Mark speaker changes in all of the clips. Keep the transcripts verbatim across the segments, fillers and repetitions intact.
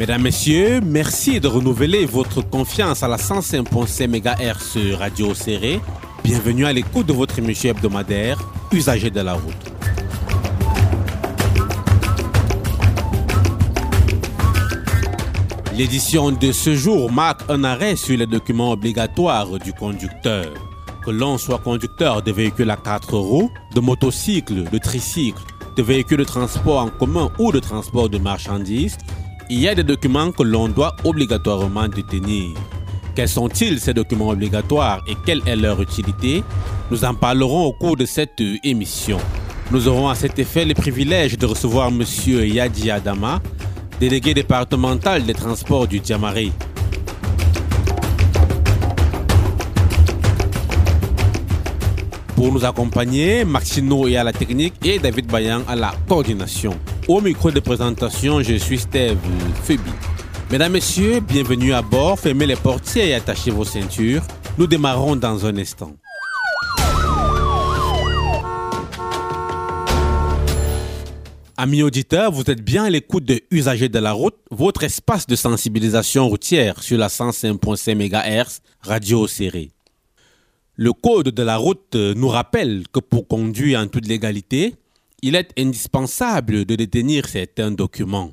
Speaker 1: Mesdames, Messieurs, merci de renouveler votre confiance à la cent cinq virgule cinq mégahertz Radio Serré. Bienvenue à l'écoute de votre émission hebdomadaire Usagers de la route. L'édition de ce jour marque un arrêt sur les documents obligatoires du conducteur. Que l'on soit conducteur de véhicules à quatre roues, de motocycles, de tricycles, de véhicules de transport en commun ou de transport de marchandises, il y a des documents que l'on doit obligatoirement détenir. Quels sont-ils ces documents obligatoires et quelle est leur utilité? Nous en parlerons au cours de cette émission. Nous aurons à cet effet le privilège de recevoir M. Yadi Adama, délégué départemental des transports du Diamari. Pour nous accompagner, Maxino est à la technique et David Bayan à la coordination. Au micro de présentation, je suis Steve Febi. Mesdames, Messieurs, bienvenue à bord. Fermez les portières et attachez vos ceintures. Nous démarrons dans un instant. Amis auditeurs, vous êtes bien à l'écoute de Usagers de la route, votre espace de sensibilisation routière sur la cent cinq virgule cinq mégahertz Radio Serré. Le code de la route nous rappelle que pour conduire en toute légalité, il est indispensable de détenir certains documents.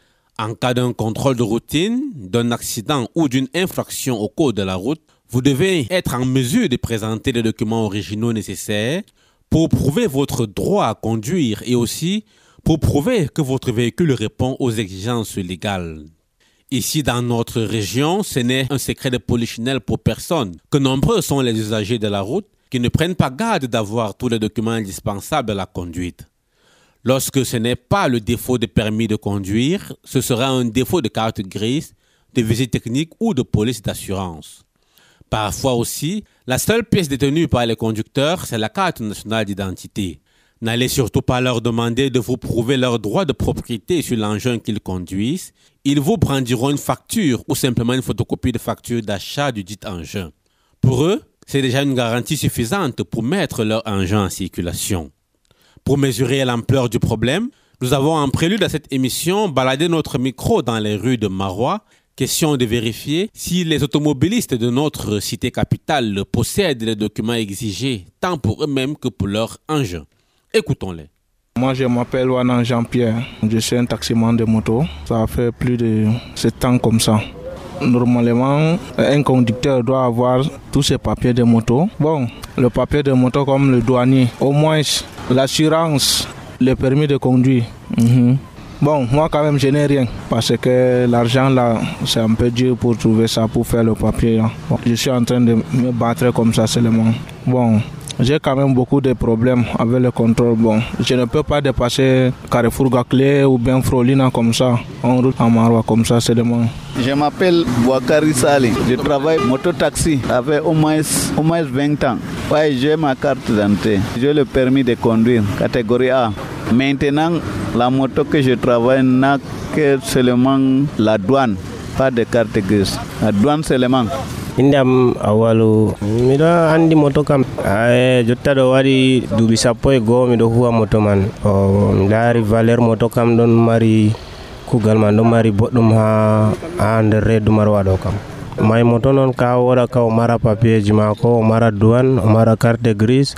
Speaker 1: En cas d'un contrôle de routine, d'un accident ou d'une infraction au code de la route, vous devez être en mesure de présenter les documents originaux nécessaires pour prouver votre droit à conduire et aussi pour prouver que votre véhicule répond aux exigences légales. Ici, dans notre région, ce n'est un secret de polichinelle pour personne, que nombreux sont les usagers de la route qui ne prennent pas garde d'avoir tous les documents indispensables à la conduite. Lorsque ce n'est pas le défaut de permis de conduire, ce sera un défaut de carte grise, de visite technique ou de police d'assurance. Parfois aussi, la seule pièce détenue par les conducteurs, c'est la carte nationale d'identité. N'allez surtout pas leur demander de vous prouver leur droit de propriété sur l'engin qu'ils conduisent. Ils vous brandiront une facture ou simplement une photocopie de facture d'achat du dit engin. Pour eux, c'est déjà une garantie suffisante pour mettre leur engin en circulation. Pour mesurer l'ampleur du problème, nous avons en prélude à cette émission baladé notre micro dans les rues de Marois. Question de vérifier si les automobilistes de notre cité capitale possèdent les documents exigés tant pour eux-mêmes que pour leur engin. Écoutons-les.
Speaker 2: Moi, je m'appelle Wanan Jean-Pierre. Je suis un taximan de moto. Ça fait plus de sept ans comme ça. Normalement, un conducteur doit avoir tous ses papiers de moto. Bon, le papier de moto comme le douanier, au moins l'assurance, le permis de conduire. Mm-hmm. Bon, moi quand même, je n'ai rien parce que l'argent là, c'est un peu dur pour trouver ça, pour faire le papier. Là. Bon, je suis en train de me battre comme ça seulement. Bon. J'ai quand même beaucoup de problèmes avec le contrôle. Bon, je ne peux pas dépasser Carrefour Gaclé ou bien Frolina comme ça, en route à Marois comme ça seulement.
Speaker 3: Je m'appelle Bouakari Sali. Je travaille moto-taxi avec au moins, au moins vingt ans. Ouais, j'ai ma carte d'identité. J'ai le permis de conduire, catégorie A. Maintenant, la moto que je travaille n'a que seulement la douane, pas de carte grise. La douane seulement.
Speaker 4: Indam awalu mido andi moto kam ay jotta do wari dubi sappo e go mido huwa moto man o ndari valeur moto kam don mari kugal man don mari boddum ha ande redu mar wado kam may moto non ka wora ka mara papier jima ko mara douane mara carte grise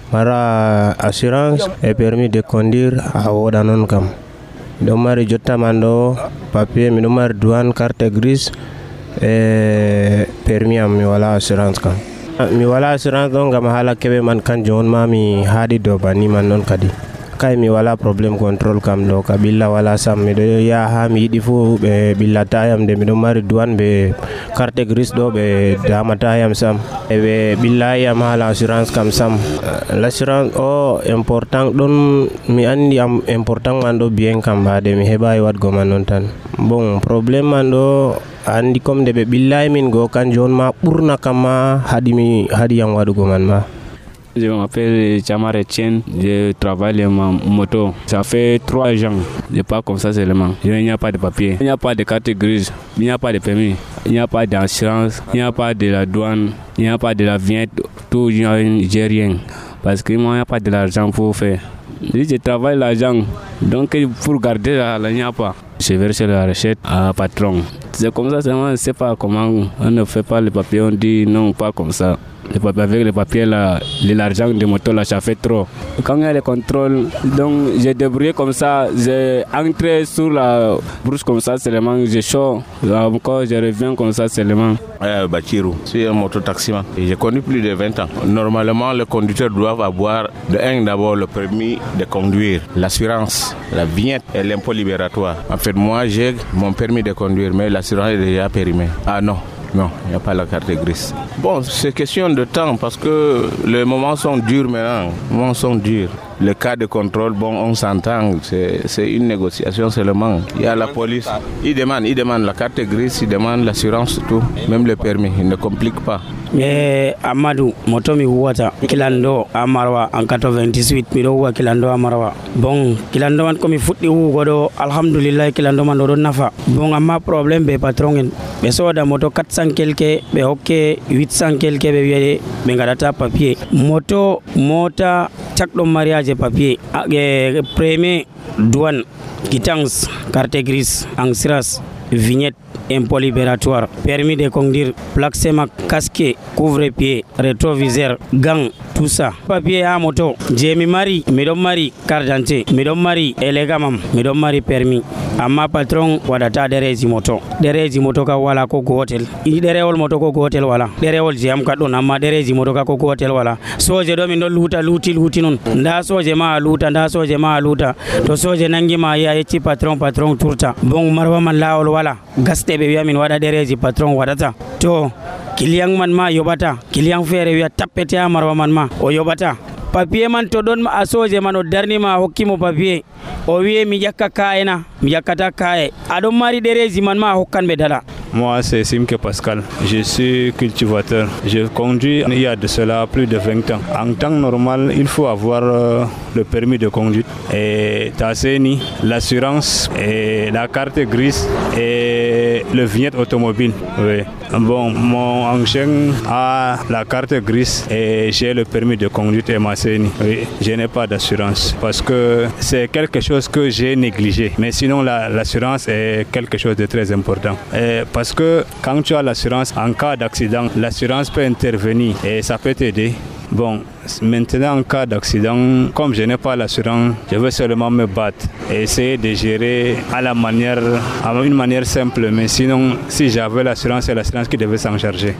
Speaker 4: mara assurance et permis de conduire a woda non kam do mari jotta man do papier mi do mari douane carte grise e permis am mi wala assurance kam mi wala assurance don gam hala kebe man kan jon ma mi hadi do bani man non kadi kay mi wala problem control kam do ka billa wala sam mi do ya ha mi yidi fu be billa tayam de mi do mari douane be carte grise do be dama tayam sam e be billa yam hala assurance kam sam l'assurance o important don mi andi am important man do bien kam bade mi heba wat go man non tan bon problem man do andi comme de be billahi min go kan jon ma burna kama hadi mi hadi yang wadu go man ma.
Speaker 5: Je m'appelle Chamar Etienne, je travaille en moto. Ça fait trois ans, je pars comme ça seulement. Il n'y a pas de papier, il n'y a pas de carte grise, il n'y a pas de permis, il n'y a pas d'assurance, il n'y a pas de la douane, il n'y a pas de la vignette, tout, j'ai rien. Parce que moi, il n'y a pas de l'argent pour faire. Je travaille l'argent, donc pour garder là, il n'y a pas. J'ai versé la recette à patron. C'est comme ça, seulement, on ne sait pas comment, on ne fait pas les papiers, on dit non, pas comme ça. Les papiers, avec les papiers, là, l'argent de moto, là, ça fait trop. Quand il y a les contrôles, donc j'ai débrouillé comme ça, j'ai entré sur la brousse comme ça seulement, j'ai chaud, encore je reviens comme ça seulement.
Speaker 6: Euh, Bachirou, je suis un mototaximan et j'ai conduit plus de vingt ans. Normalement, les conducteurs doivent avoir de un d'abord le permis de conduire, l'assurance, la vignette et l'impôt libératoire. En fait, moi j'ai mon permis de conduire, mais l'assurance est déjà périmée. Ah non. Non, il n'y a pas la carte grise. Bon, c'est question de temps parce que les moments sont durs maintenant. Les moments sont durs. Le cas de contrôle, bon, on s'entend. C'est, c'est une négociation seulement. Il y a la police. Ils demandent, ils demandent la carte grise, ils demandent l'assurance, tout. Même le permis, ils ne compliquent pas.
Speaker 7: Mais Amadou, moto mi huwata kilando amarwa en quatre-vingt-dix-huit mi do huwa kilando amarwa. Bon, kilando man komi futti hugo do alhamdulillah kilando man do nafa. Bon, amma problème be patron en. Be soda moto quatre cents quelque be hokke huit cents quelque be wiede be ngadata papier. Moto mota chakdo mariage papier. Age premier douane quittance carte grise assurance vignette impôt libératoire, permis de conduire, plaque sémac, casque, couvre-pied, rétroviseur, gants, tout ça. Papier à moto, j'ai mi mari, mi dom mari, carte d'identité, mi dom mari, élégamment, mi dom mari permis. Amma patron wadata derezi moto. Derezi moto ka wala ko hotel. I derewol moto ko hotel wala. Derewol jam ka don amma derezi moto ka ko hotel wala. Soje do min do luta luti luti non. Nda soje ma luta, nda soje ma luta. To soje nangi ma ya yetti patron patron turta. Bon marwa man lawol wala. Gaste be wiya min wada derezi patron wadata. To kiliang man ma yobata. Kiliang fere wiya tapete a marwa man ma o yobata. Papier man to don ma soje man o darni ma hokkimo papier. O wiye mi yakka kaena, mi yakkata kae. Adon mari derezi man ma hokkan be dala.
Speaker 8: Moi, c'est Simke Pascal. Je suis cultivateur. Je conduis il y a de cela plus de vingt ans. En temps normal, il faut avoir euh, le permis de conduite, et Tasseni, l'assurance, et la carte grise et le vignette automobile. Oui. Bon, mon engin a la carte grise et j'ai le permis de conduite et ma C N I. Oui. Je n'ai pas d'assurance parce que c'est quelque chose que j'ai négligé. Mais sinon, la, l'assurance est quelque chose de très important. Et parce que quand tu as l'assurance, en cas d'accident, l'assurance peut intervenir et ça peut t'aider. Bon, maintenant en cas d'accident, comme je n'ai pas l'assurance, je vais seulement me battre et essayer de gérer à la manière, à une manière simple. Mais sinon, si j'avais l'assurance, c'est l'assurance qui devait s'en charger.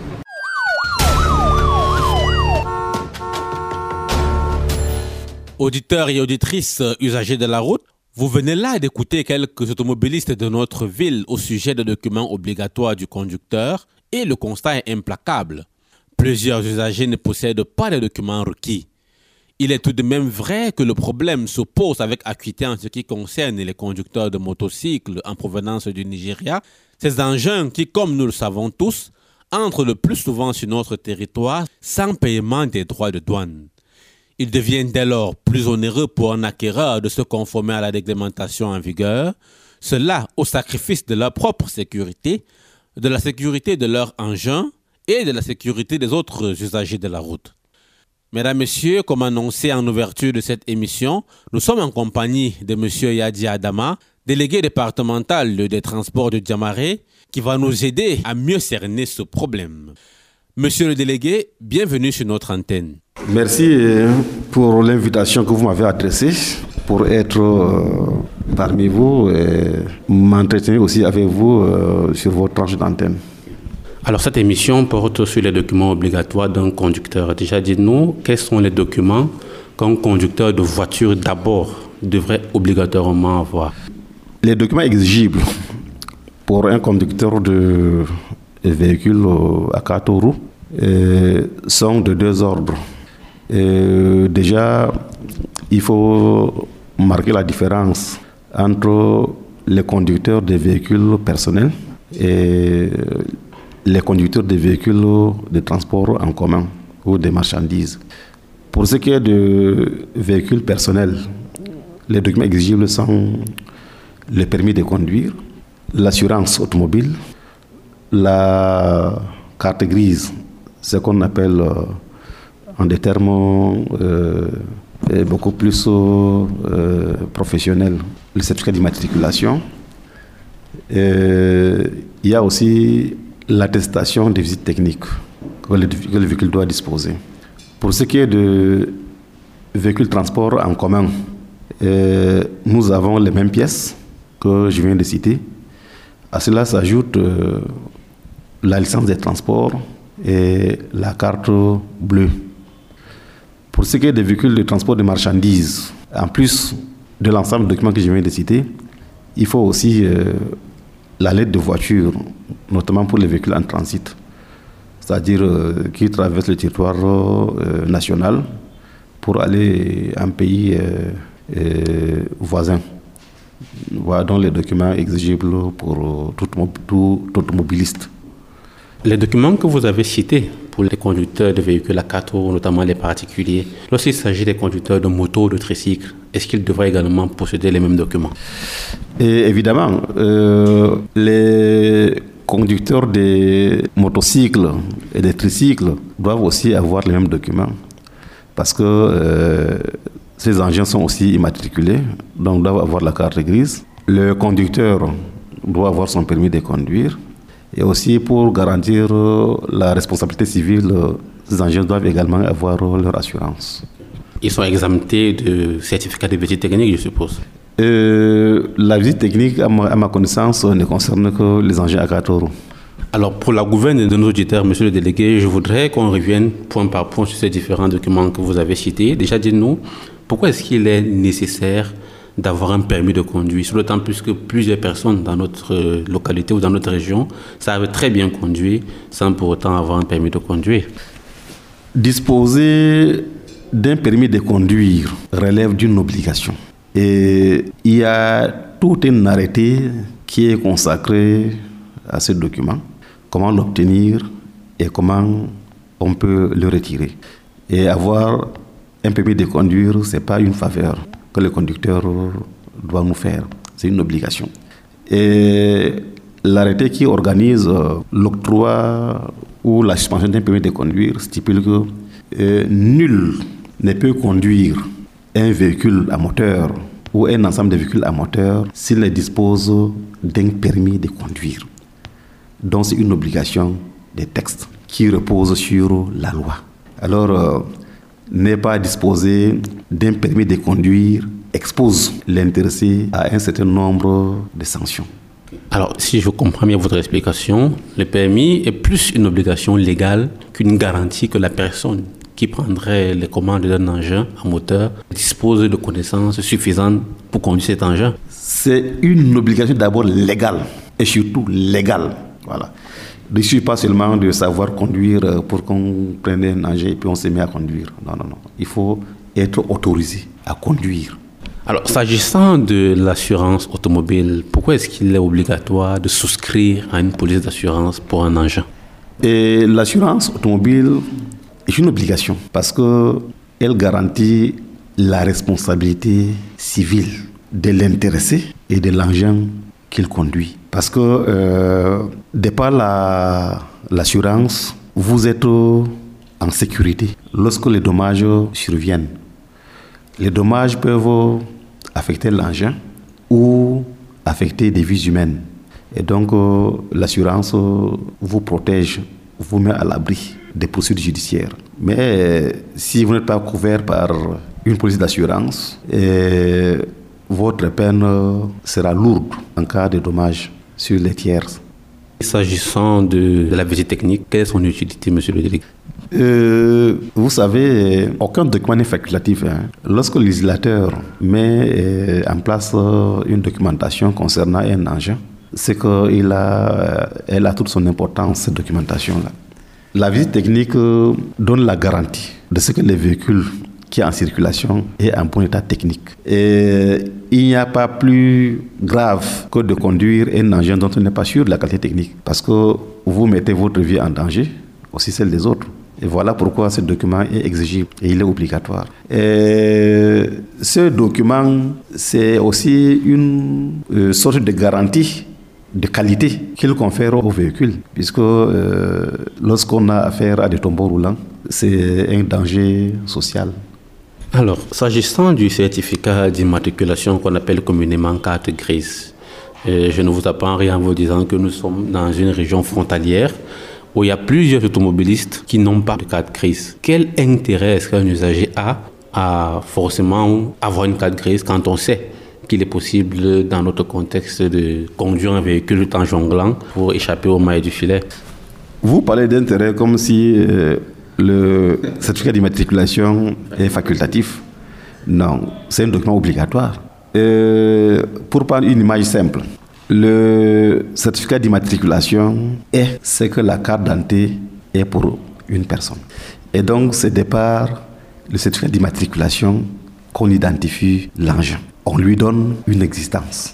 Speaker 1: Auditeurs et auditrices usagers de la route, vous venez là d'écouter quelques automobilistes de notre ville au sujet des documents obligatoires du conducteur et le constat est implacable. Plusieurs usagers ne possèdent pas les documents requis. Il est tout de même vrai que le problème se pose avec acuité en ce qui concerne les conducteurs de motocycles en provenance du Nigeria, ces engins qui, comme nous le savons tous, entrent le plus souvent sur notre territoire sans paiement des droits de douane. Il devient dès lors plus onéreux pour un acquéreur de se conformer à la réglementation en vigueur, cela au sacrifice de leur propre sécurité, de la sécurité de leur engin et de la sécurité des autres usagers de la route. Mesdames, Messieurs, comme annoncé en ouverture de cette émission, nous sommes en compagnie de M. Yadi Adama, délégué départemental des transports de Djamaré, qui va nous aider à mieux cerner ce problème. Monsieur le délégué, bienvenue sur notre antenne.
Speaker 9: Merci pour l'invitation que vous m'avez adressée pour être euh, parmi vous et m'entretenir aussi avec vous euh, sur votre tranche d'antenne.
Speaker 1: Alors cette émission porte sur les documents obligatoires d'un conducteur. Déjà dites-nous, quels sont les documents qu'un conducteur de voiture d'abord devrait obligatoirement avoir?
Speaker 9: Les documents exigibles pour un conducteur de véhicule à quatre roues sont de deux ordres. Et déjà, il faut marquer la différence entre les conducteurs de véhicules personnels et les conducteurs de véhicules de transport en commun ou de marchandises. Pour ce qui est de véhicules personnels, les documents exigibles sont le permis de conduire, l'assurance automobile, la carte grise, ce qu'on appelle euh, en des termes euh, beaucoup plus euh, professionnels, le certificat d'immatriculation, Euh, il y a aussi l'attestation des visites techniques que le, que le véhicule doit disposer. Pour ce qui est de véhicules transport en commun, euh, nous avons les mêmes pièces que je viens de citer. À cela s'ajoute euh, la licence des transports et la carte bleue. Pour ce qui est des véhicules de transport de marchandises, en plus de l'ensemble de documents que je viens de citer, il faut aussi euh, la lettre de voiture, notamment pour les véhicules en transit, c'est-à-dire euh, qui traversent le territoire euh, national pour aller en pays euh, euh, voisin. Voilà donc les documents exigibles pour tout, tout, tout automobiliste.
Speaker 1: Les documents que vous avez cités pour les conducteurs de véhicules à quatre roues, notamment les particuliers, lorsqu'il s'agit des conducteurs de motos ou de tricycles, est-ce qu'ils devraient également posséder les mêmes documents?
Speaker 9: Et évidemment, euh, les conducteurs des motocycles et des tricycles doivent aussi avoir les mêmes documents parce que euh, ces engins sont aussi immatriculés, donc doivent avoir la carte grise. Le conducteur doit avoir son permis de conduire. Et aussi pour garantir la responsabilité civile, ces engins doivent également avoir leur assurance.
Speaker 1: Ils sont exemptés de certificat de visite technique, je suppose.
Speaker 9: Euh, la visite technique, à ma, à ma connaissance, ne concerne que les engins à quatre roues.
Speaker 1: Alors, pour la gouverne de nos auditeurs, monsieur le délégué, je voudrais qu'on revienne point par point sur ces différents documents que vous avez cités. Déjà, dites-nous, pourquoi est-ce qu'il est nécessaire d'avoir un permis de conduire, d'autant plus que plusieurs personnes dans notre localité ou dans notre région savent très bien conduire sans pour autant avoir un permis de conduire.
Speaker 9: Disposer d'un permis de conduire relève d'une obligation. Et il y a tout un arrêté qui est consacré à ce document, comment l'obtenir et comment on peut le retirer. Et avoir un permis de conduire, ce n'est pas une faveur que le conducteur doit nous faire. C'est une obligation. Et l'arrêté qui organise l'octroi ou la suspension d'un permis de conduire stipule que euh, nul ne peut conduire un véhicule à moteur ou un ensemble de véhicules à moteur s'il ne dispose d'un permis de conduire. Donc c'est une obligation des textes qui repose sur la loi. Alors, euh, n'est pas disposé d'un permis de conduire expose l'intéressé à un certain nombre de sanctions.
Speaker 1: Alors, si je comprends bien votre explication, le permis est plus une obligation légale qu'une garantie que la personne qui prendrait les commandes d'un engin à moteur dispose de connaissances suffisantes pour conduire cet engin.
Speaker 9: C'est une obligation d'abord légale et surtout légale. Voilà. Il ne suffit pas seulement de savoir conduire pour qu'on prenne un engin et puis on se met à conduire. Non, non, non. Il faut être autorisé à conduire.
Speaker 1: Alors, s'agissant de l'assurance automobile, pourquoi est-ce qu'il est obligatoire de souscrire à une police d'assurance pour un engin?
Speaker 9: Et l'assurance automobile est une obligation parce qu'elle garantit la responsabilité civile de l'intéressé et de l'engin qu'il conduit. Parce que, euh, de par la, l'assurance, vous êtes en sécurité lorsque les dommages surviennent. Les dommages peuvent affecter l'engin ou affecter des vies humaines. Et donc, euh, l'assurance euh, vous protège, vous met à l'abri des poursuites judiciaires. Mais euh, si vous n'êtes pas couvert par une police d'assurance, euh, votre peine euh, sera lourde en cas de dommages sur les tiers.
Speaker 1: S'agissant de, de la visite technique, quelle est son utilité, monsieur le délégué?
Speaker 9: Euh, vous savez, aucun document n'est facultatif. Hein. Lorsque le législateur met euh, en place euh, une documentation concernant un engin, c'est qu'elle a, elle a toute son importance, cette documentation-là. La visite technique euh, donne la garantie de ce que le véhicule qui est en circulation est en bon état technique. Et il n'y a pas plus grave que de conduire un engin dont on n'est pas sûr de la qualité technique. Parce que vous mettez votre vie en danger, aussi celle des autres. Et voilà pourquoi ce document est exigible et il est obligatoire. Et ce document, c'est aussi une euh, sorte de garantie de qualité qu'il confère au véhicule, puisque euh, lorsqu'on a affaire à des tombeaux roulants, c'est un danger social.
Speaker 1: Alors, s'agissant du certificat d'immatriculation qu'on appelle communément carte grise, Et je ne vous apprends rien en vous disant que nous sommes dans une région frontalière où il y a plusieurs automobilistes qui n'ont pas de carte grise. Quel intérêt est-ce qu'un usager a à forcément avoir une carte grise quand on sait qu'il est possible, dans notre contexte, de conduire un véhicule tout en jonglant pour échapper aux mailles du filet?
Speaker 9: Vous parlez d'intérêt comme si euh, le certificat d'immatriculation est facultatif. Non, c'est un document obligatoire. Euh, pour prendre une image simple, le certificat d'immatriculation est ce que la carte d'identité est pour une personne. Et donc, c'est départ le certificat d'immatriculation qu'on identifie l'engin. On lui donne une existence.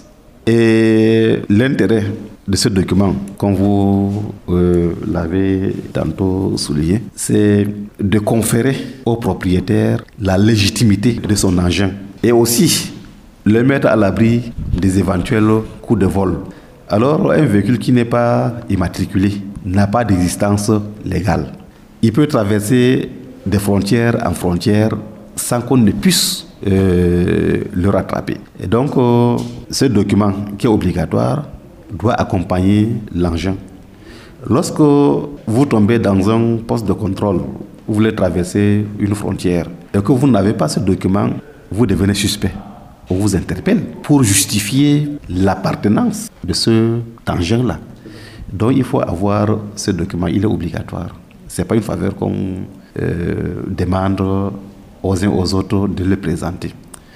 Speaker 9: Et l'intérêt de ce document, comme vous euh, l'avez tantôt souligné, c'est de conférer au propriétaire la légitimité de son engin et aussi le mettre à l'abri des éventuels coups de vol. Alors, un véhicule qui n'est pas immatriculé n'a pas d'existence légale. Il peut traverser de frontière en frontière sans qu'on ne puisse euh, le rattraper. Et donc, euh, ce document qui est obligatoire doit accompagner l'engin. Lorsque vous tombez dans un poste de contrôle, vous voulez traverser une frontière et que vous n'avez pas ce document, vous devenez suspect. On vous interpelle pour justifier l'appartenance de ce engin-là. Donc, il faut avoir ce document, il est obligatoire. Ce n'est pas une faveur qu'on euh, demande aux uns aux autres de le présenter.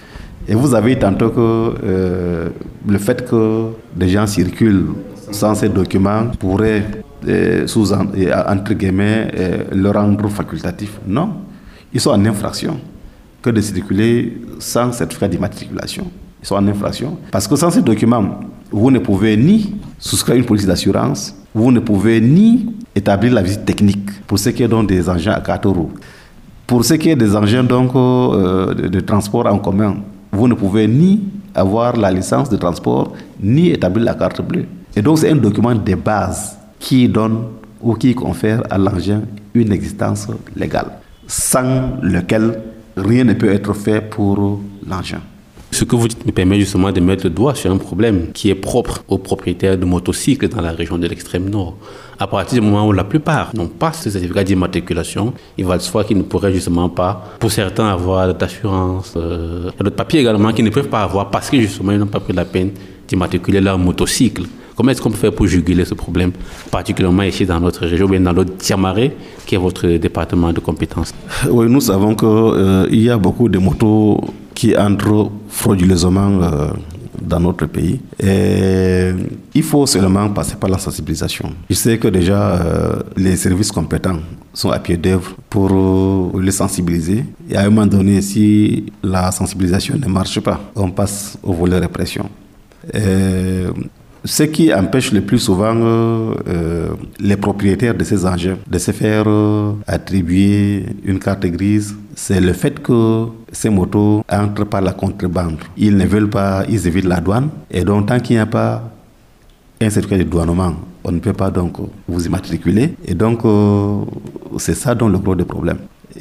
Speaker 9: Et vous avez dit tantôt que euh, le fait que des gens circulent sans ces documents pourrait, euh, sous, entre guillemets, euh, le rendre facultatif. Non, ils sont en infraction que de circuler sans certificat d'immatriculation. Ils sont en infraction. Parce que sans ces documents, vous ne pouvez ni souscrire une police d'assurance, vous ne pouvez ni établir la visite technique pour ce qui est donc des engins à quatre roues. Pour ce qui est des engins donc, euh, de, de transport en commun, vous ne pouvez ni avoir la licence de transport, ni établir la carte bleue. Et donc, c'est un document de base qui donne ou qui confère à l'engin une existence légale, sans lequel rien ne peut être fait pour l'engin.
Speaker 1: Ce que vous dites me permet justement de mettre le doigt sur un problème qui est propre aux propriétaires de motocycles dans la région de l'extrême nord. À partir du moment où la plupart n'ont pas ce certificat d'immatriculation, il va de soi qu'ils ne pourraient justement pas, pour certains, avoir d'assurance, euh, d'autres papiers également qu'ils ne peuvent pas avoir parce que justement ils n'ont pas pris la peine d'immatriculer leur motocycle. Comment est-ce qu'on peut faire pour juguler ce problème, particulièrement ici dans notre région, ou bien dans l'autre Tiamaré, qui est votre département de compétences?
Speaker 9: Oui, nous savons qu'il euh, y a beaucoup de motos qui entrent frauduleusement euh, dans notre pays. Et il faut seulement passer par la sensibilisation. Je sais que déjà euh, les services compétents sont à pied d'œuvre pour euh, les sensibiliser. Et à un moment donné, si la sensibilisation ne marche pas, on passe au volet répression. Et ce qui empêche le plus souvent euh, euh, les propriétaires de ces engins de se faire euh, attribuer une carte grise, c'est le fait que ces motos entrent par la contrebande. Ils ne veulent pas, ils évitent la douane. Et donc, tant qu'il n'y a pas un certificat de douanement, on ne peut pas donc vous immatriculer. Et donc, euh, c'est ça donc le gros des problèmes.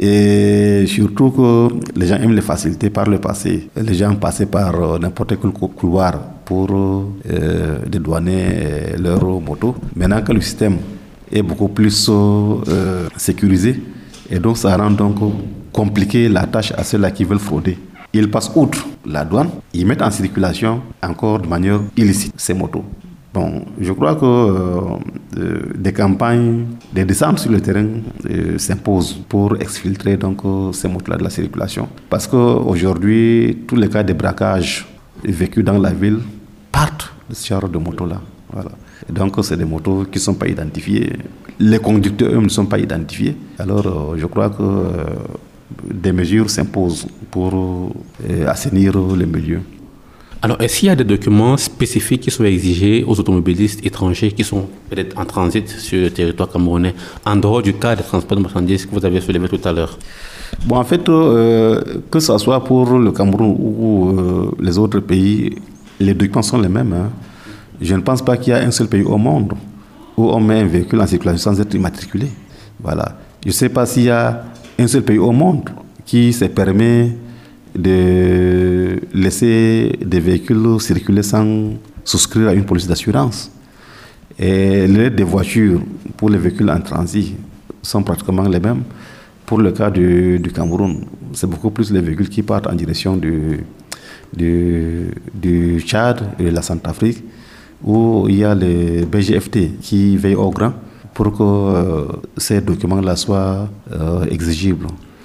Speaker 9: Et surtout que les gens aiment les facilités par le passé. Les gens passaient par euh, n'importe quel couloir pour euh, dédouaner euh, leur moto. Maintenant que le système est beaucoup plus euh, sécurisé, et donc ça rend donc compliqué la tâche à ceux-là qui veulent frauder. Ils passent outre la douane, ils mettent en circulation encore de manière illicite ces motos. Bon, je crois que euh, des campagnes, des descentes sur le terrain euh, s'imposent pour exfiltrer donc euh, ces motos-là de la circulation. Parce qu'aujourd'hui, tous les cas de braquage vécus dans la ville partent de ce genre de motos-là. Voilà. Et donc, c'est des motos qui ne sont pas identifiées. Les conducteurs, eux, ne sont pas identifiés. Alors, euh, je crois que euh, des mesures s'imposent pour euh, assainir le milieu.
Speaker 1: Alors, est-ce qu'il y a des documents spécifiques qui sont exigés aux automobilistes étrangers qui sont peut-être en transit sur le territoire camerounais, en dehors du cas des transports de marchandises que vous avez soulevé tout à l'heure?
Speaker 9: Bon, en fait, euh, que ce soit pour le Cameroun ou euh, les autres pays, les documents sont les mêmes. Hein. Je ne pense pas qu'il y a un seul pays au monde où on met un véhicule en circulation sans être immatriculé. Voilà. Je ne sais pas s'il y a un seul pays au monde qui se permet de laisser des véhicules circuler sans souscrire à une police d'assurance. Et les rates des voitures pour les véhicules en transit sont pratiquement les mêmes. Pour le cas du, du Cameroun, c'est beaucoup plus les véhicules qui partent en direction du, du, du Tchad et de la Centrafrique, où il y a les B G F T qui veillent au grain pour que euh, ces documents-là soient euh, exigibles.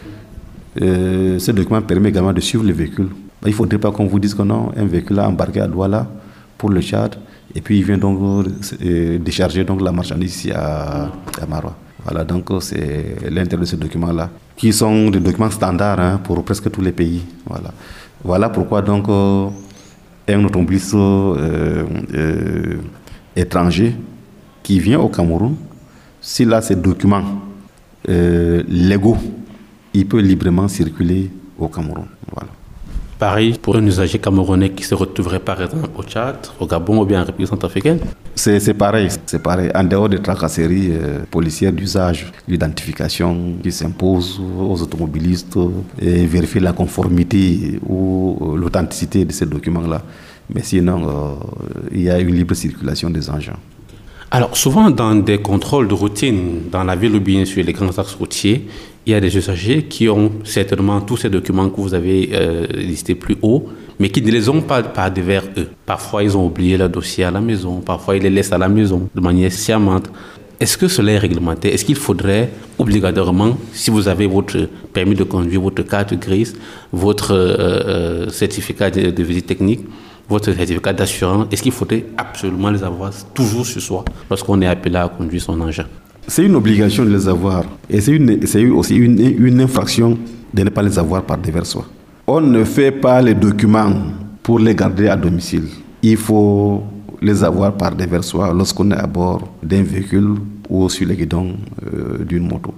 Speaker 9: Euh, ce document permet également de suivre les véhicules. Il ne faudrait pas qu'on vous dise que non, un véhicule a embarqué à Douala pour le Tchad, et puis il vient donc euh, décharger donc la marchandise ici à, à Maroua. Voilà, donc c'est l'intérêt de ces documents-là, qui sont des documents standards hein, pour presque tous les pays. Voilà, voilà pourquoi donc euh, un automobiliste euh, euh, étranger qui vient au Cameroun, s'il a ces documents euh, légaux, il peut librement circuler au Cameroun. Voilà.
Speaker 1: Pareil pour un usager camerounais qui se retrouverait par exemple au Tchad, au Gabon ou bien en République centrafricaine.
Speaker 9: C'est, c'est pareil, c'est pareil. En dehors des tracasseries euh, policières d'usage, l'identification qui s'impose aux automobilistes et vérifier la conformité ou l'authenticité de ces documents-là. Mais sinon, euh, il y a une libre circulation des engins.
Speaker 1: Alors, souvent dans des contrôles de routine dans la ville ou bien sur les grands axes routiers, il y a des usagers qui ont certainement tous ces documents que vous avez euh, listés plus haut, mais qui ne les ont pas, pas devers eux. Parfois, ils ont oublié leur dossier à la maison, parfois, ils les laissent à la maison de manière sciemment. Est-ce que cela est réglementé? Est-ce qu'il faudrait obligatoirement, si vous avez votre permis de conduire, votre carte grise, votre euh, euh, certificat de, de visite technique, votre certificat d'assurance, est-ce qu'il faudrait absolument les avoir toujours sur soi lorsqu'on est appelé à conduire son engin?
Speaker 9: C'est une obligation de les avoir. Et c'est, une, c'est aussi une, une infraction de ne pas les avoir par devers soi. On ne fait pas les documents pour les garder à domicile. Il faut les avoir par devers soi lorsqu'on est à bord d'un véhicule ou sur les guidons euh, d'une moto.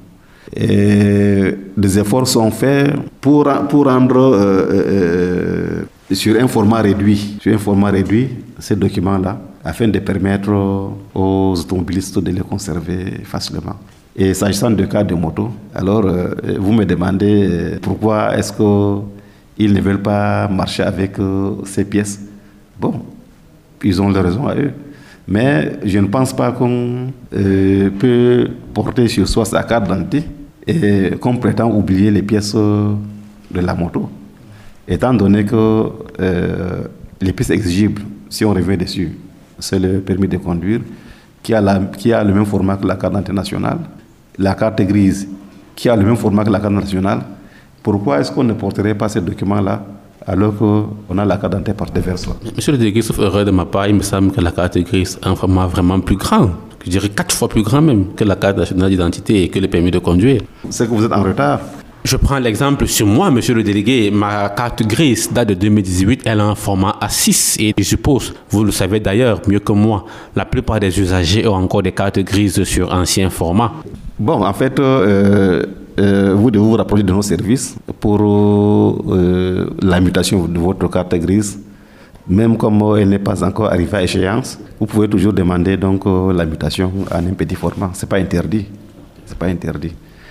Speaker 9: Et des efforts sont faits pour, pour rendre euh, euh, sur un format réduit, sur un format réduit ces documents-là, afin de permettre aux automobilistes de les conserver facilement. Et s'agissant de cas de moto, alors euh, vous me demandez euh, pourquoi est-ce qu'ils ne veulent pas marcher avec euh, ces pièces. Bon, ils ont leur raison à eux. Mais je ne pense pas qu'on euh, peut porter sur soi sa carte d'identité et qu'on prétend oublier les pièces de la moto. Étant donné que euh, les pièces exigibles, si on revient dessus, c'est le permis de conduire qui a, la, qui a le même format que la carte d'identité nationale, la carte grise qui a le même format que la carte nationale. Pourquoi est-ce qu'on ne porterait pas ces documents-là alors qu'on a la carte d'identité par devers soi?
Speaker 1: Monsieur le délégué, sauf erreur de ma part, il me semble que la carte grise a un format vraiment plus grand, je dirais quatre fois plus grand même que la carte nationale d'identité et que le permis de conduire.
Speaker 9: C'est que vous êtes en retard.
Speaker 1: Je prends l'exemple sur moi, monsieur le délégué. Ma carte grise date de deux mille dix-huit, elle a un format A six et je suppose, vous le savez d'ailleurs mieux que moi, la plupart des usagers ont encore des cartes grises sur ancien format.
Speaker 9: Bon, en fait, euh, euh, vous devez vous rapprocher de nos services pour euh, la mutation de votre carte grise. Même comme elle n'est pas encore arrivée à échéance, vous pouvez toujours demander donc euh, la mutation en un petit format. C'est pas interdit. C'est pas interdit.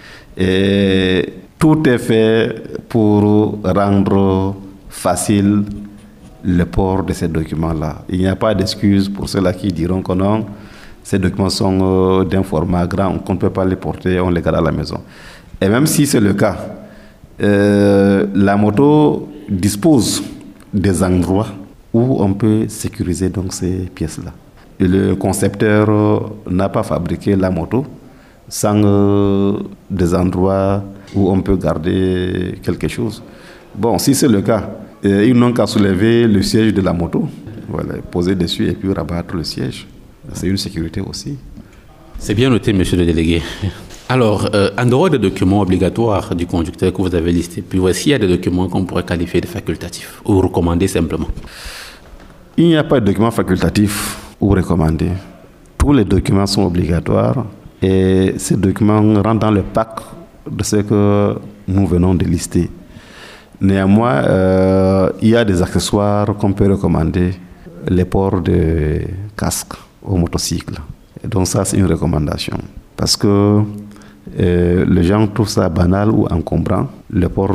Speaker 9: Et tout est fait pour rendre facile le port de ces documents-là. Il n'y a pas d'excuse pour ceux-là qui diront que non, ces documents sont euh, d'un format grand, qu'on ne peut pas les porter, on les garde à la maison. Et même si c'est le cas, euh, la moto dispose des endroits où on peut sécuriser donc ces pièces-là. Et le concepteur euh, n'a pas fabriqué la moto sans euh, des endroits où on peut garder quelque chose. Bon, si c'est le cas, euh, ils n'ont qu'à soulever le siège de la moto, voilà, poser dessus et puis rabattre le siège. C'est une sécurité aussi.
Speaker 1: C'est bien noté, monsieur le délégué. Alors, euh, en dehors des documents obligatoires du conducteur que vous avez listés, puis voici, il y a des documents qu'on pourrait qualifier de facultatifs ou recommandés simplement.
Speaker 9: Il n'y a pas de documents facultatifs ou recommandés. Tous les documents sont obligatoires et ces documents rentrent dans le pack de ce que nous venons de lister. Néanmoins, euh, il y a des accessoires qu'on peut recommander, les ports de casque au motocycle. Et donc ça, c'est une recommandation. Parce que euh, les gens trouvent ça banal ou encombrant, le port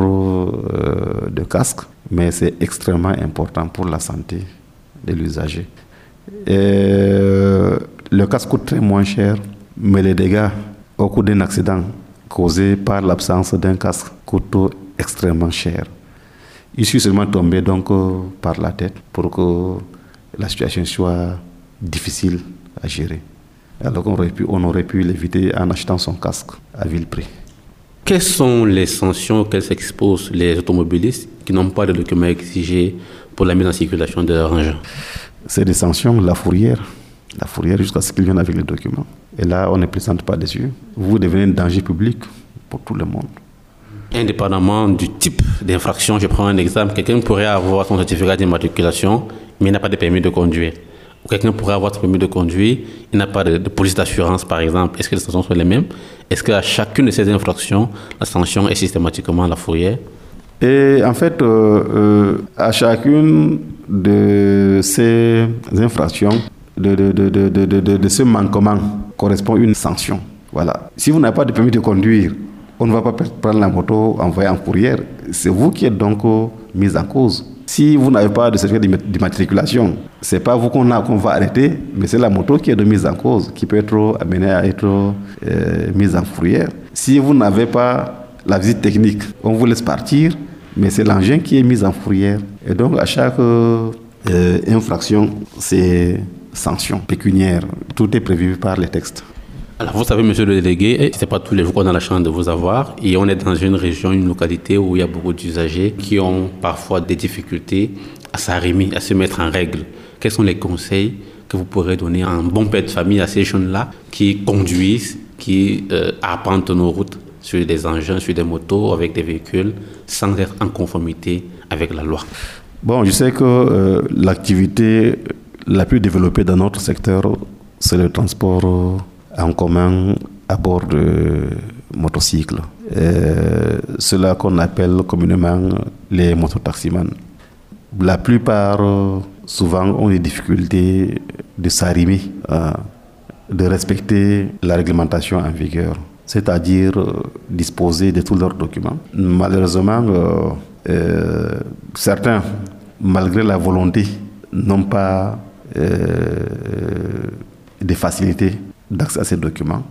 Speaker 9: euh, de casque, mais c'est extrêmement important pour la santé de l'usager. Et le casque coûte très moins cher, mais les dégâts au cours d'un accident causé par l'absence d'un casque coûtent extrêmement cher. Il suffit seulement de tomber donc euh, par la tête pour que la situation soit difficile à gérer. Alors qu'on aurait pu, on aurait pu l'éviter en achetant son casque à vil prix.
Speaker 1: Quelles sont les sanctions auxquelles s'exposent les automobilistes qui n'ont pas de documents exigés pour la mise en circulation de leur engin?
Speaker 9: C'est des sanctions, la fourrière. La fourrière jusqu'à ce qu'ils viennent avec les documents. Et là, on ne plaisante pas dessus. Vous devenez un danger public pour tout le monde.
Speaker 1: Indépendamment du type d'infraction, je prends un exemple. Quelqu'un pourrait avoir son certificat d'immatriculation, mais il n'a pas de permis de conduire. Ou quelqu'un pourrait avoir son permis de conduire, il n'a pas de, de police d'assurance, par exemple. Est-ce que les sanctions sont les mêmes? Est-ce qu'à chacune de ces infractions, la sanction est systématiquement la fourrière?
Speaker 9: Et en fait, euh, euh, à chacune de ces infractions, de, de, de, de, de, de, de ce manquement correspond une sanction. Voilà. Si vous n'avez pas de permis de conduire, on ne va pas prendre la moto envoyée en fourrière. C'est vous qui êtes donc mis en cause. Si vous n'avez pas de certificat d'immatriculation, ce n'est pas vous qu'on a, qu'on va arrêter, mais c'est la moto qui est de mise en cause, qui peut être amenée à être euh, mise en fourrière. Si vous n'avez pas la visite technique, on vous laisse partir, mais c'est l'engin qui est mis en fourrière. Et donc, à chaque euh, infraction, c'est sanction pécuniaire. Tout est prévu par les textes.
Speaker 1: Alors, vous savez, monsieur le délégué, ce n'est pas tous les jours qu'on a la chance de vous avoir. Et on est dans une région, une localité où il y a beaucoup d'usagers qui ont parfois des difficultés à s'arrimer, à se mettre en règle. Quels sont les conseils que vous pourrez donner à un bon père de famille, à ces jeunes-là qui conduisent, qui euh, arpentent nos routes sur des engins, sur des motos, avec des véhicules, sans être en conformité avec la loi?
Speaker 9: Bon, je sais que euh, l'activité la plus développée dans notre secteur, c'est le transport euh, en commun à bord de motocycles. Ceux-là qu'on appelle communément les mototaximans. La plupart, souvent, ont des difficultés de s'arrimer, euh, de respecter la réglementation en vigueur, c'est-à-dire euh, disposer de tous leurs documents. Malheureusement, euh, euh, certains, malgré la volonté, n'ont pas euh, de facilité d'accès à ces documents.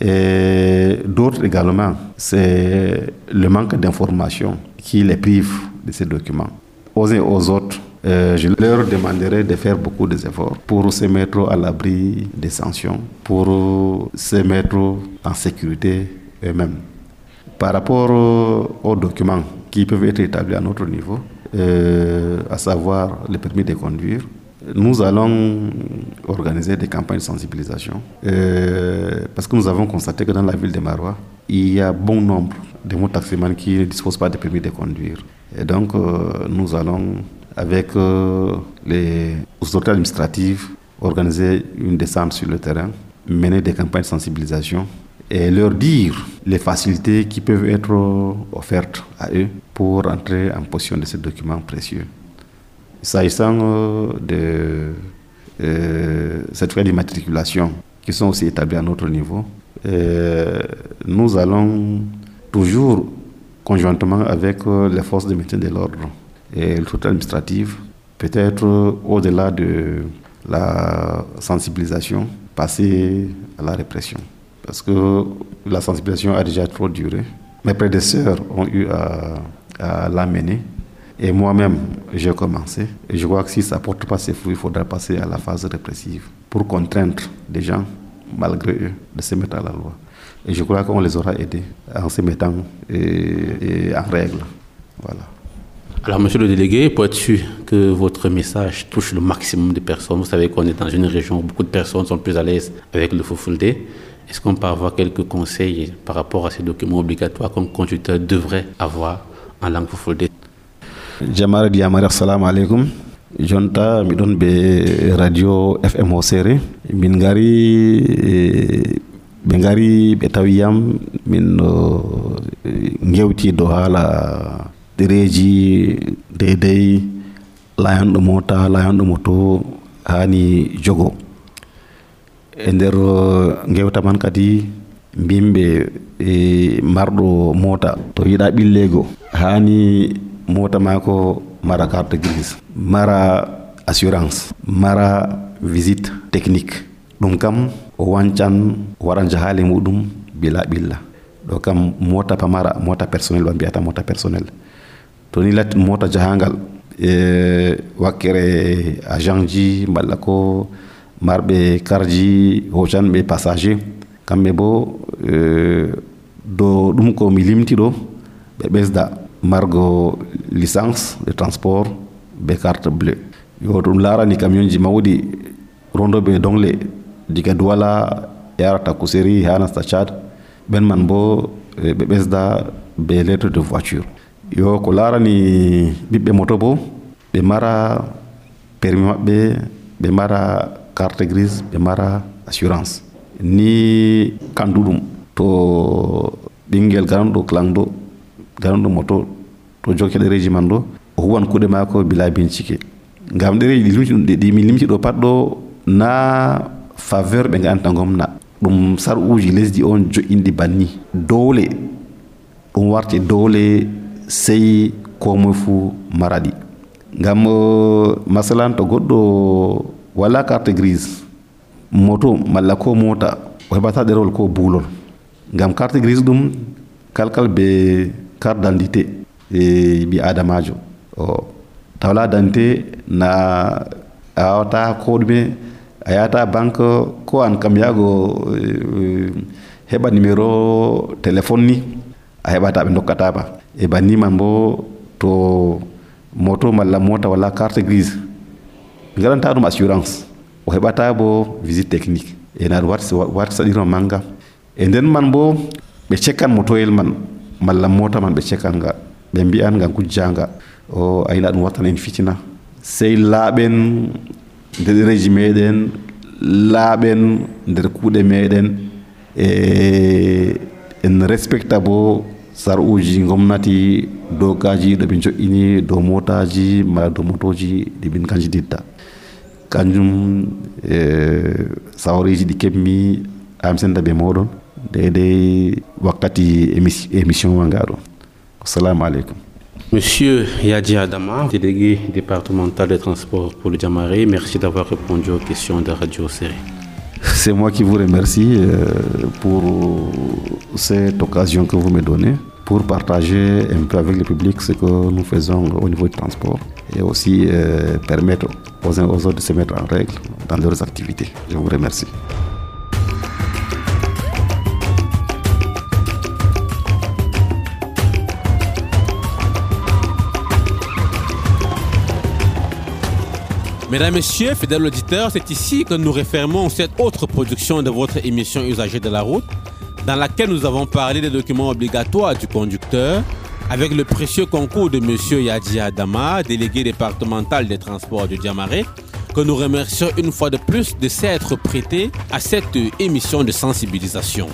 Speaker 9: Et d'autres également, c'est le manque d'information qui les prive de ces documents. Aux uns et aux autres, euh, je leur demanderai de faire beaucoup d'efforts pour se mettre à l'abri des sanctions, pour se mettre en sécurité eux-mêmes. Par rapport aux documents qui peuvent être établis à notre niveau, euh, à savoir le permis de conduire, nous allons organiser des campagnes de sensibilisation euh, parce que nous avons constaté que dans la ville de Maroua, il y a bon nombre de mototaximans qui ne disposent pas de permis de conduire. Et donc, euh, nous allons, avec euh, les autorités administratives, organiser une descente sur le terrain, mener des campagnes de sensibilisation et leur dire les facilités qui peuvent être offertes à eux pour entrer en possession de ces documents précieux. S'agissant euh, de euh, certificats d'immatriculation qui sont aussi établis à notre niveau, euh, nous allons toujours conjointement avec euh, les forces de maintien de l'ordre et l'autorité administrative, peut-être euh, au-delà de la sensibilisation, passer à la répression. Parce que la sensibilisation a déjà trop duré. Mes prédécesseurs ont eu à, à la mener. Et moi-même, j'ai commencé. Et je crois que si ça ne porte pas ses fruits, il faudra passer à la phase répressive pour contraindre des gens, malgré eux, de se mettre à la loi. Et je crois qu'on les aura aidés en se mettant et, et en règle. Voilà.
Speaker 1: Alors, monsieur le délégué, pour être sûr que votre message touche le maximum de personnes, vous savez qu'on est dans une région où beaucoup de personnes sont plus à l'aise avec le Fulfulde. Est-ce qu'on peut avoir quelques conseils par rapport à ces documents obligatoires qu'un conducteur devrait avoir en langue Fulfulde?
Speaker 9: Jamare Diamare, assalamu alaikum. Jonta midon be radio F M O Sere. Min gari be ngari be tawiyam min ngewti do hala dereji dedey layanɗo mota layanɗo moto hani jogo. E nder ngewta man kadi mbimɓe e marɗo mota to yiɗa ɓillego hani mota mako mara carte grise, mara assurance mara visite technique ɗum kam o wancan waɗa jahale muɗum bila ɓilla ɗo kam mota pamara mota personnel ɓe mbiyata mota personnel to ni latti mota jahangal e wakkere agent ji mballa ko marɓe karji hocanɓe passager kamɓe bo do ɗum ko mi limti ɗo ɓe ɓesda margo licence de transport be carte bleu yo ɗum larani camion ji mawɗi rondoɓe dongle diga Douala yarata Kuseri ha nasta Tchad ɓen man bo ɓe ɓesda be lettre de voiture yo ko larani ɓiɓɓe moto bo ɓe mara permis maɓɓe ɓe mara carte grise ɓe mara assurance ni kanduɗum to ɓinguel garanɗo klangɗo garanɗo moto to jokke ɗereji man ɗo o huwan kuuɗe mako bila bincike ngam ɗereji ɗi min limti ɗo pat ɗo na faveur ɓe ganta gomna ɗum sar uji lesdi on joƴƴinɗi banni dowle ɗum warti dowle sey komoye fuu maraɗi ngam masalan to goɗɗo wala carte grise moto malla ko mota o heɓata ɗerewol ko buulol ngam carte grise ɗum kalkal be carte d'identité e ɓi adamajo o tawla d'identité na a wawata ko ɗume a yahata banque ko an kam yago heɓa numéro téléphone ni a heɓata ɓe dokkatama e banni man bo to moto malla mota walla carte grise ɓe gaɗanta ɗum assurance o heɓata bo visite technique e na ɗum warti warti saɗirma manga e nden man bo ɓe cekkan motoyel man malla mota man ɓe cekkan nga ɓe mbiyan nga gujjanga o ayina ɗum wattan en fitina sey laaɓen nder ɗereji meɗen laaɓen nder kuuɗe meɗen e en respecta bo sar uji gomnati dokaji ɗo ɓe joƴƴini dow motaji mala dow motoji ɗi min kanjididta kanjum e sawariji ɗi keɓmi am senda ɓe moɗon deydey wakkati émission wa ngaɗo assalamu aleykum.
Speaker 1: Monsieur Yadi Adama, délégué départemental des transports pour le Diamaré, merci d'avoir répondu aux questions de Radio Série.
Speaker 9: C'est moi qui vous remercie pour cette occasion que vous me donnez pour partager un peu avec le public ce que nous faisons au niveau du transport et aussi euh, permettre aux uns aux autres de se mettre en règle dans leurs activités. Je vous remercie.
Speaker 1: Mesdames, Messieurs, fidèles auditeurs, c'est ici que nous refermons cette autre production de votre émission Usagers de la route, dans laquelle nous avons parlé des documents obligatoires du conducteur, avec le précieux concours de Monsieur Yadi Adama, délégué départemental des transports du Diamaré, que nous remercions une fois de plus de s'être prêté à cette émission de sensibilisation.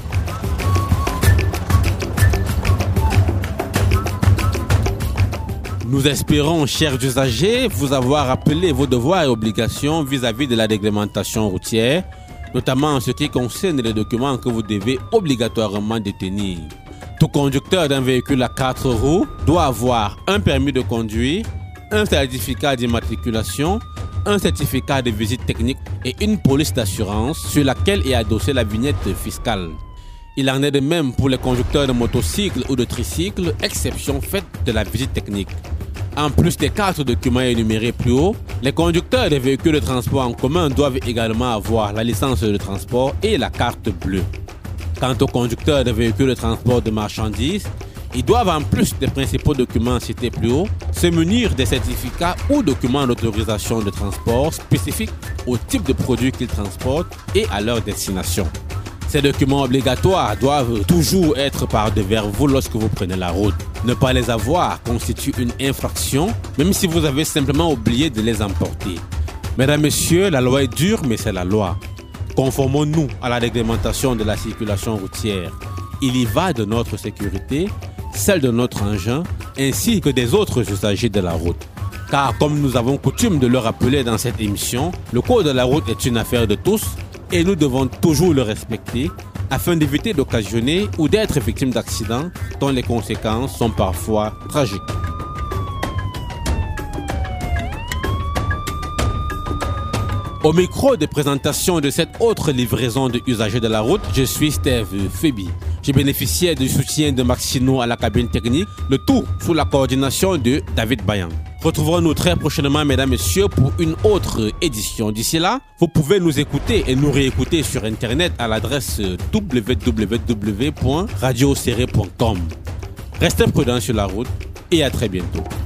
Speaker 1: Nous espérons, chers usagers, vous avoir rappelé vos devoirs et obligations vis-à-vis de la réglementation routière, notamment en ce qui concerne les documents que vous devez obligatoirement détenir. Tout conducteur d'un véhicule à quatre roues doit avoir un permis de conduire, un certificat d'immatriculation, un certificat de visite technique et une police d'assurance sur laquelle est adossée la vignette fiscale. Il en est de même pour les conducteurs de motocycles ou de tricycles, exception faite de la visite technique. En plus des quatre documents énumérés plus haut, les conducteurs des véhicules de transport en commun doivent également avoir la licence de transport et la carte bleue. Quant aux conducteurs des véhicules de transport de marchandises, ils doivent en plus des principaux documents cités plus haut, se munir des certificats ou documents d'autorisation de transport spécifiques au type de produit qu'ils transportent et à leur destination. Ces documents obligatoires doivent toujours être par devers vous lorsque vous prenez la route. Ne pas les avoir constitue une infraction, même si vous avez simplement oublié de les emporter. Mesdames, Messieurs, la loi est dure, mais c'est la loi. Conformons-nous à la réglementation de la circulation routière. Il y va de notre sécurité, celle de notre engin, ainsi que des autres usagers de la route. Car comme nous avons coutume de le rappeler dans cette émission, le code de la route est une affaire de tous, et nous devons toujours le respecter afin d'éviter d'occasionner ou d'être victime d'accidents dont les conséquences sont parfois tragiques. Au micro de présentation de cette autre livraison de usagers de la route, je suis Steve Febi. J'ai bénéficié du soutien de Maxino à la cabine technique, le tout sous la coordination de David Bayan. Retrouvons-nous très prochainement, mesdames et messieurs, pour une autre édition. D'ici là, vous pouvez nous écouter et nous réécouter sur Internet à l'adresse w w w point radio serré point com. Restez prudents sur la route et à très bientôt.